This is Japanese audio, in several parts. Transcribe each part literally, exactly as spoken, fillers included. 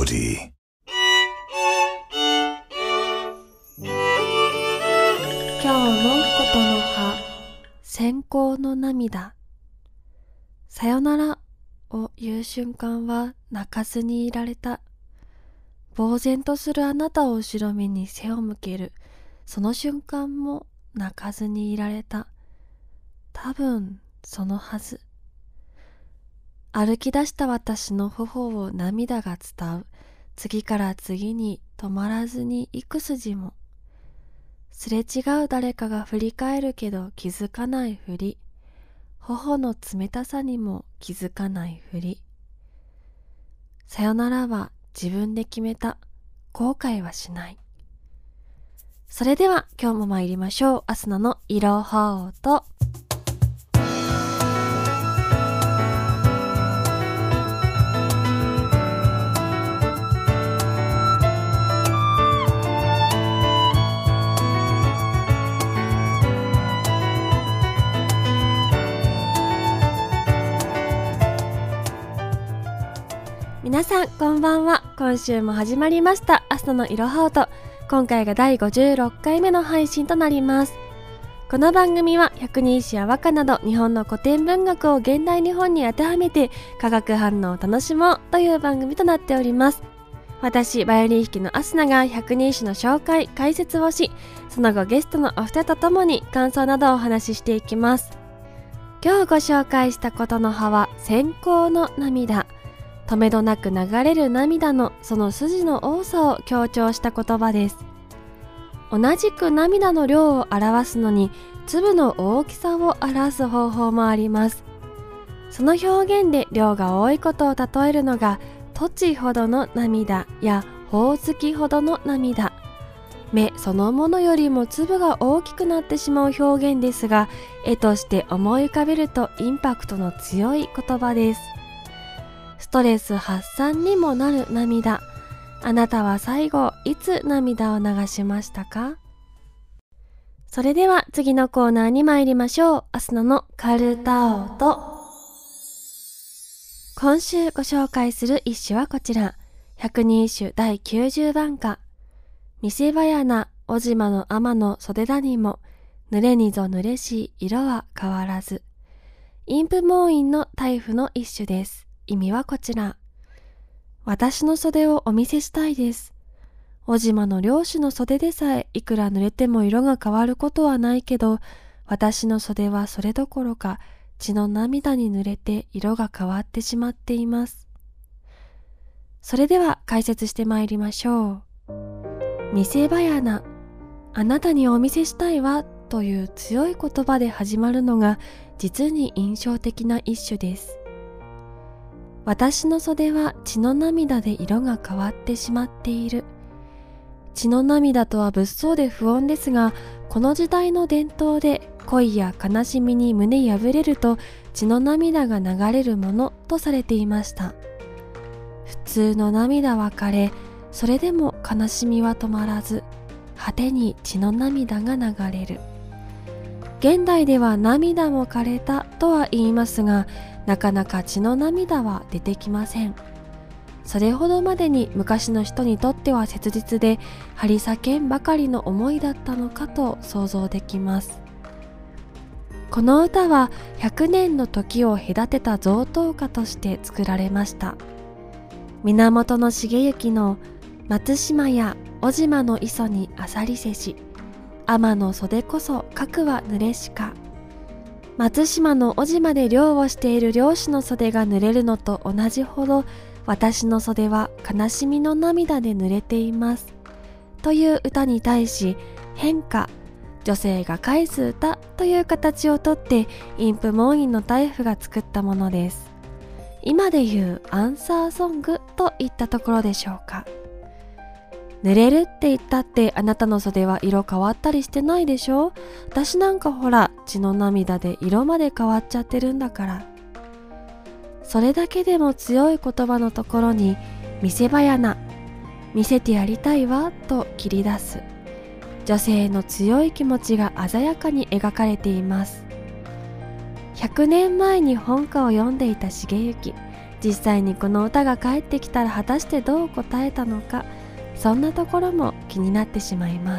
Woody. 今日のことの葉、閃光の涙。さよならを言う瞬間は泣かずにいられた。呆然とするあなたを後ろ目に背を向ける、その瞬間も泣かずにいられた。多分そのはず。歩き出した私の頬を涙が伝う。次から次に止まらずに幾筋も。すれ違う誰かが振り返るけど気づかないふり。頬の冷たさにも気づかないふり。さよならは自分で決めた。後悔はしない。それでは今日も参りましょう。アスナのいろはと。皆さんこんばんは。今週も始まりましたアスナのいろはと。今回がだいごじゅうろっかいめの配信となります。この番組は百人一首や和歌など日本の古典文学を現代日本に当てはめて化学反応を楽しもうという番組となっております。私バイオリン弾きのアスナが百人一首の紹介解説をし、その後ゲストのお二人とともに感想などをお話ししていきます。今日ご紹介したことの葉は閃光の涙。止めどなく流れる涙のその筋の多さを強調した言葉です。同じく涙の量を表すのに粒の大きさを表す方法もあります。その表現で量が多いことを例えるのがトチほどの涙やほおずきほどの涙。目そのものよりも粒が大きくなってしまう表現ですが、絵として思い浮かべるとインパクトの強い言葉です。ストレス発散にもなる涙。あなたは最後いつ涙を流しましたか？それでは次のコーナーに参りましょう。アスナのカルタオと。今週ご紹介する一首はこちら。百人一首だいきゅうじゅうばんか。見せ場やな小島の天の袖田にも濡れにぞ濡れし色は変わらず。陰譜門院の大譜の一首です。意味はこちら。私の袖をお見せしたいです。小島の漁師の袖でさえいくら濡れても色が変わることはないけど、私の袖はそれどころか血の涙に濡れて色が変わってしまっています。それでは解説してまいりましょう。見せ場やな、あなたにお見せしたいわという強い言葉で始まるのが実に印象的な一首です。私の袖は血の涙で色が変わってしまっている。血の涙とは物騒で不穏ですが、この時代の伝統で恋や悲しみに胸破れると血の涙が流れるものとされていました。普通の涙は枯れ、それでも悲しみは止まらず、果てに血の涙が流れる。現代では涙も枯れたとは言いますが、なかなか血の涙は出てきません。それほどまでに昔の人にとっては切実で張り裂けんばかりの思いだったのかと想像できます。この歌はひゃくねんの時を隔てた贈答歌として作られました。源重幸の松島や小島の磯にあさりせし、天の袖こそ核は濡れしか。松島の小島で漁をしている漁師の袖が濡れるのと同じほど、私の袖は悲しみの涙で濡れていますという歌に対し、変化、女性が返す歌という形をとって陰譜門院の大譜が作ったものです。今でいうアンサーソングといったところでしょうか。濡れるって言ったってあなたの袖は色変わったりしてないでしょ。私なんかほら血の涙で色まで変わっちゃってるんだから。それだけでも強い言葉のところに見せ場やな、見せてやりたいわと切り出す女性の強い気持ちが鮮やかに描かれています。ひゃくねんまえに本歌を読んでいた重幸、 実際にこの歌が返ってきたら果たしてどう答えたのか、そんなところも気になってしまいます。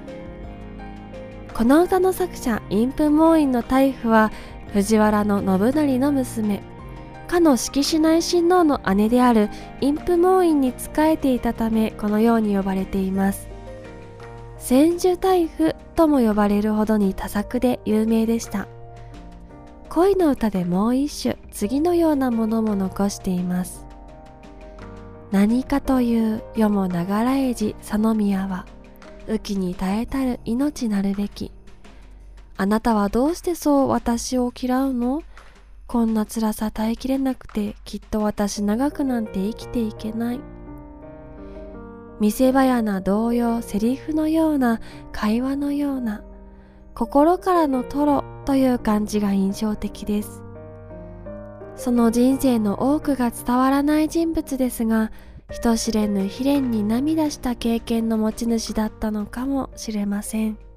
この歌の作者陰符盲院の大夫は藤原の信成の娘、かの式子内親王の姉である陰符盲院に仕えていたため、このように呼ばれています。千手大夫とも呼ばれるほどに多作で有名でした。恋の歌でもう一種、次のようなものも残しています。何かという世も流らえじ佐野宮は、雨季に耐えたる命なるべき。あなたはどうしてそう私を嫌うの？こんな辛さ耐えきれなくて、きっと私長くなんて生きていけない。見せ場やな童謡、セリフのような、会話のような、心からの吐露という感じが印象的です。その人生の多くが伝わらない人物ですが、人知れぬ悲恋に涙した経験の持ち主だったのかもしれません。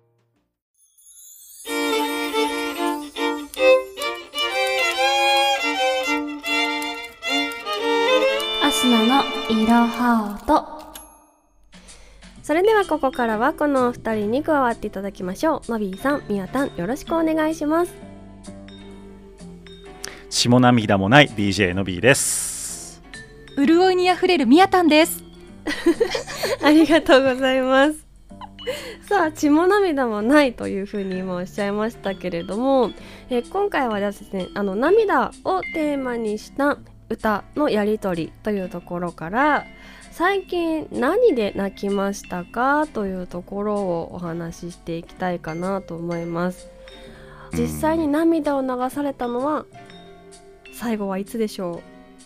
アスナのいろは音。それではここからはこのお二人に加わっていただきましょう。のびーさん、みやたん、よろしくお願いします。 血も涙もない ディージェー のびーです。 潤いにあふれるみやたんです。 ありがとうございます。さあ、血も涙もないというふうに今おっしゃいましたけれども、え今回はですね、あの涙をテーマにした歌のやり取りというところから、最近何で泣きましたかというところをお話ししていきたいかなと思います。実際に涙を流されたのは最後はいつでしょう？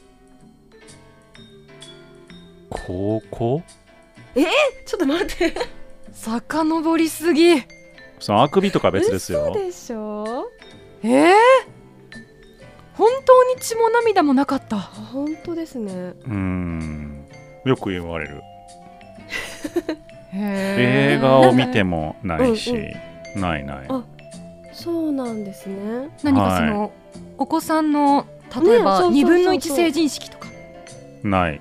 高校？ えー、ちょっと待って遡りすぎ。 そのあくびとか別ですよ。 嘘でしょ？ えー、本当に血も涙もなかった。 本当ですね。 うーん、よく言われる。 へ映画を見てもないし、 うんうん、 ないない。 あ、そうなんですね。 何かその、はい、お子さんの例えばにぶんのいち成人式とかない。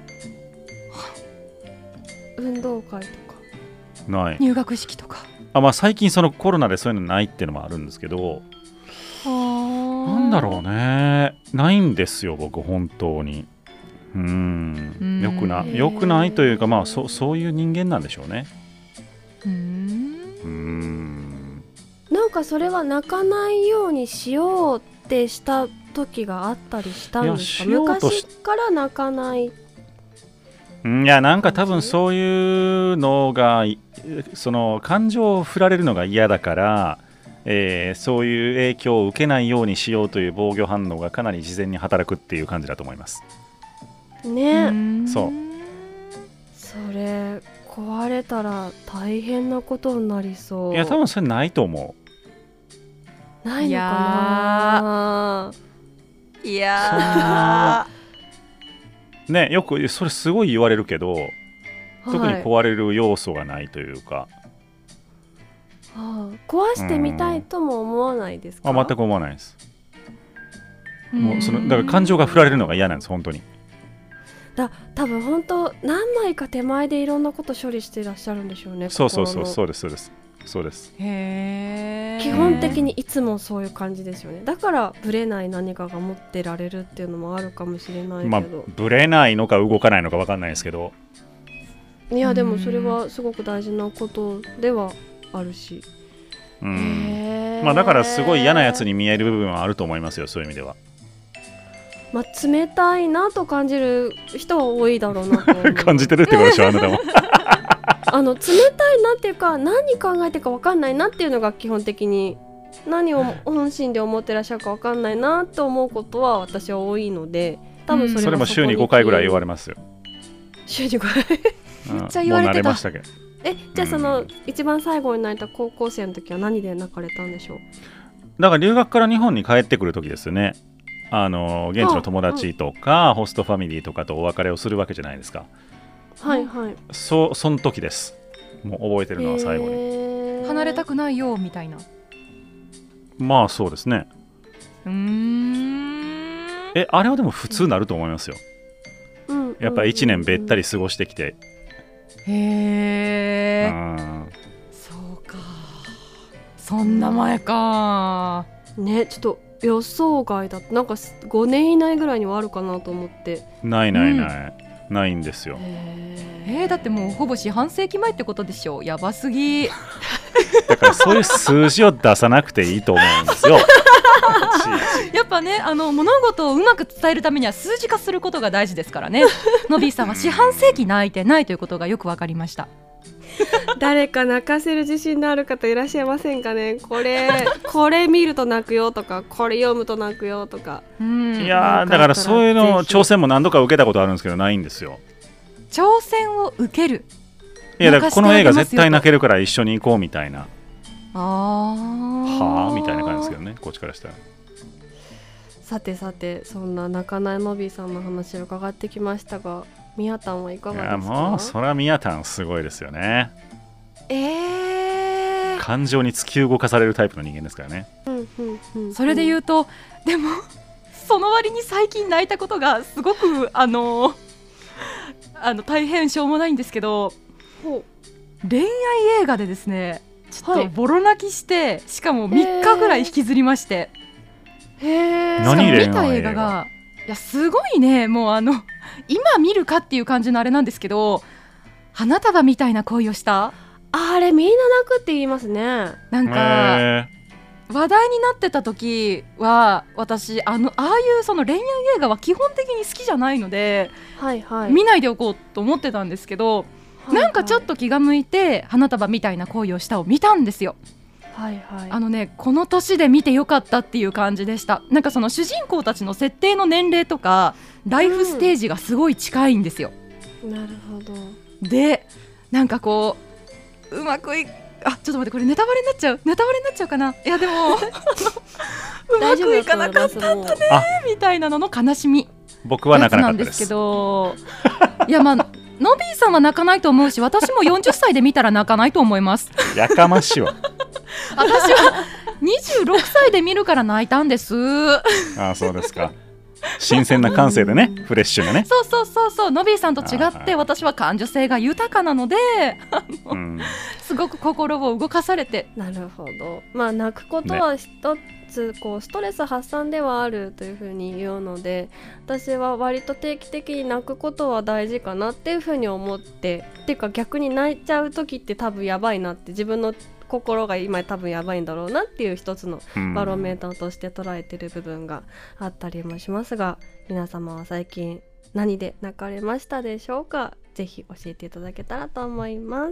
運動会とかない。 入学式とか。 あ、まあ、最近そのコロナでそういうのないっていうのもあるんですけど、なんだろうね、ないんですよ僕本当に。うーん、よくなよくないというか、まあ そ, そういう人間なんでしょうね。 うーん、 うーん、 なんかそれは泣かないようにしようってした時があったりしたんですか？昔から泣かない。いや、なんか多分そういうのがその感情を振られるのが嫌だから、えー、そういう影響を受けないようにしようという防御反応がかなり事前に働くっていう感じだと思いますね。 そう、 それ壊れたら大変なことになりそう。 いや、多分それないと思う。ないのかな。 いやーね、よくそれすごい言われるけど、はい、特に壊れる要素がないというか、 はあ、壊してみたいとも思わないですか？ あ、全く思わないです。もうそのだから感情が振られるのが嫌なんです本当に。 だ多分本当何枚か手前でいろんなこと処理していらっしゃるんでしょうね。 そうそうそう、そうですそうですそうです。 へー、 基本的にいつもそういう感じですよね。だからブレない何かが持ってられるっていうのもあるかもしれないけど、まあ、 ブレないのか動かないのか分かんないですけど、 いやでもそれはすごく大事なことではあるし、 うん、まあ、だからすごい嫌なやつに見える部分はあると思いますよ、そういう意味では。 まあ、冷たいなと感じる人は多いだろうなと思う感じてるってことでしょあなたもあの冷たいなっていうか、何考えてるか分かんないなっていうのが基本的に、何を本心で思ってらっしゃるか分かんないなと思うことは私は多いので、多分それは そ, それも週にごかいぐらい言われますよ。 週にごかいめっちゃ言われてた。 もう慣れましたけど。 え、じゃあその、うん、一番最後になれた高校生の時は何で泣かれたんでしょう？ だから留学から日本に帰ってくる時ですよね。あの現地の友達とかホストファミリーとかとお別れをするわけじゃないですか。 はいはい。 そ, その時です。もう覚えてるのは最後に。 離れたくないよみたいな。 まあそうですね。 うーんえあれはでも普通なると思いますよ、 うん、 やっぱいちねんべったり過ごしてきて、 へえ、 うん、 そうか、そんな前かね。ちょっと予想外だった。なんかごねん以内ぐらいにはあるかなと思って。 ないないない、うん、ないんですよ。 えー、だってもうほぼ四半世紀前ってことでしょ。やばすぎ。 だからそういう数字を出さなくていいと思うんですよ。 やっぱね、あの物事をうまく伝えるためには数字化することが大事ですからね。のびーさんは四半世紀泣いてないということがよく分かりました。 誰か泣かせる自信のある方いらっしゃいませんかね。これこれ見ると泣くよとか、これ読むと泣くよとか。 うん、 いやだからそういうの挑戦も何度か受けたことあるんですけどないんですよ。 挑戦を受ける。 いやだからこの映画絶対泣けるから一緒に行こうみたいな、 あはあみたいな感じですけどね、こっちからしたら。 さてさて、そんな泣かないのびーさんの話を伺ってきましたが、みやたんはいかがですか。 いやもうそらみやたんすごいですよね。 えー、 感情に突き動かされるタイプの人間ですからね、 うんうんうん、 それで言うと、でもその割に最近泣いたことがすごくあのあの大変しょうもないんですけど、恋愛映画でですね、ちょっとボロ泣きして、はい、しかもみっかぐらい引きずりまして、 へー、 しかも見た映画がいやすごいね、もうあの今見るかっていう感じのあれなんですけど、花束みたいな恋をした、 あれみんな泣くって言いますね。 なんか話題になってた時は私あのああいうその恋愛映画は基本的に好きじゃないので、 はいはい、 見ないでおこうと思ってたんですけど、はいはい、なんかちょっと気が向いて花束みたいな恋をしたを見たんですよ。 はいはい、 あのね、この年で見てよかったっていう感じでした。なんかその主人公たちの設定の年齢とかライフステージがすごい近いんですよ、 うん、なるほど。 でなんかこううまくいあちょっと待って、これネタバレになっちゃうネタバレになっちゃうかな。いやでもうまくいかなかったんだねみたいなのの悲しみ、 僕は泣かなかったです。 なんですけどいやまあのびーさんは泣かないと思うし、私もよんじゅっさいで見たら泣かないと思います。 やかましいわ。 私はにじゅうろくさいで見るから泣いたんです。 ああそうですか。新鮮な感性でね、フレッシュなね。 そうそうそうそう、のびーさんと違って私は感受性が豊かなので、あの、うん、すごく心を動かされて。 なるほど。まあ泣くことは一つ、ね、こうストレス発散ではあるというふうに言うので、私は割と定期的に泣くことは大事かなっていうふうに思って、っていうか逆に泣いちゃう時って多分やばいなって、自分の心が今多分やばいんだろうなっていう一つのバロメーターとして捉えてる部分があったりもしますが、皆様は最近何で泣かれましたでしょうか。ぜひ教えていただけたらと思います。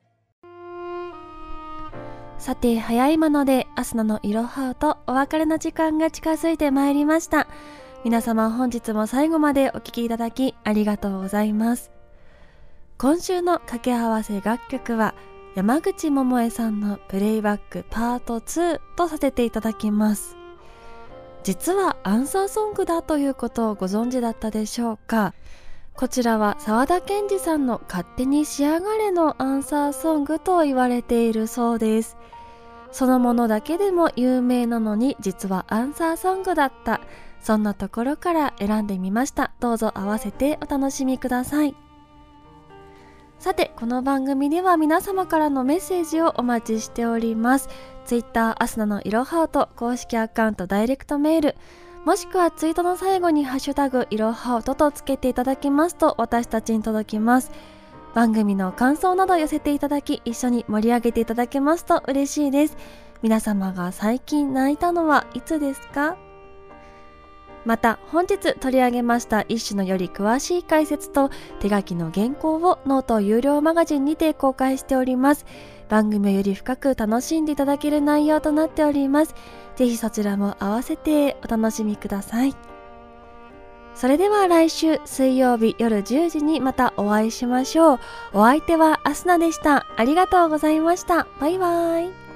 さて早いものでアスナのいろはとお別れの時間が近づいてまいりました。皆様本日も最後までお聞きいただきありがとうございます。今週の掛け合わせ楽曲は山口百恵さんのプレイバックパートツーとさせていただきます。実はアンサーソングだということをご存知だったでしょうか。こちらは沢田研二さんの勝手に仕上がれのアンサーソングと言われているそうです。そのものだけでも有名なのに実はアンサーソングだった、そんなところから選んでみました。どうぞ合わせてお楽しみください。さてこの番組では皆様からのメッセージをお待ちしております。ツイッターアスナのいろはと公式アカウントダイレクトメール、もしくはツイートの最後にハッシュタグいろはおととつけていただきますと私たちに届きます。番組の感想など寄せていただき一緒に盛り上げていただけますと嬉しいです。皆様が最近泣いたのはいつですか。また本日取り上げました一種のより詳しい解説と手書きの原稿をノート有料マガジンにて公開しております。番組をより深く楽しんでいただける内容となっております。ぜひそちらも合わせてお楽しみください。それでは来週水曜日夜じゅうじにまたお会いしましょう。お相手はアスナでした。ありがとうございました。バイバイ。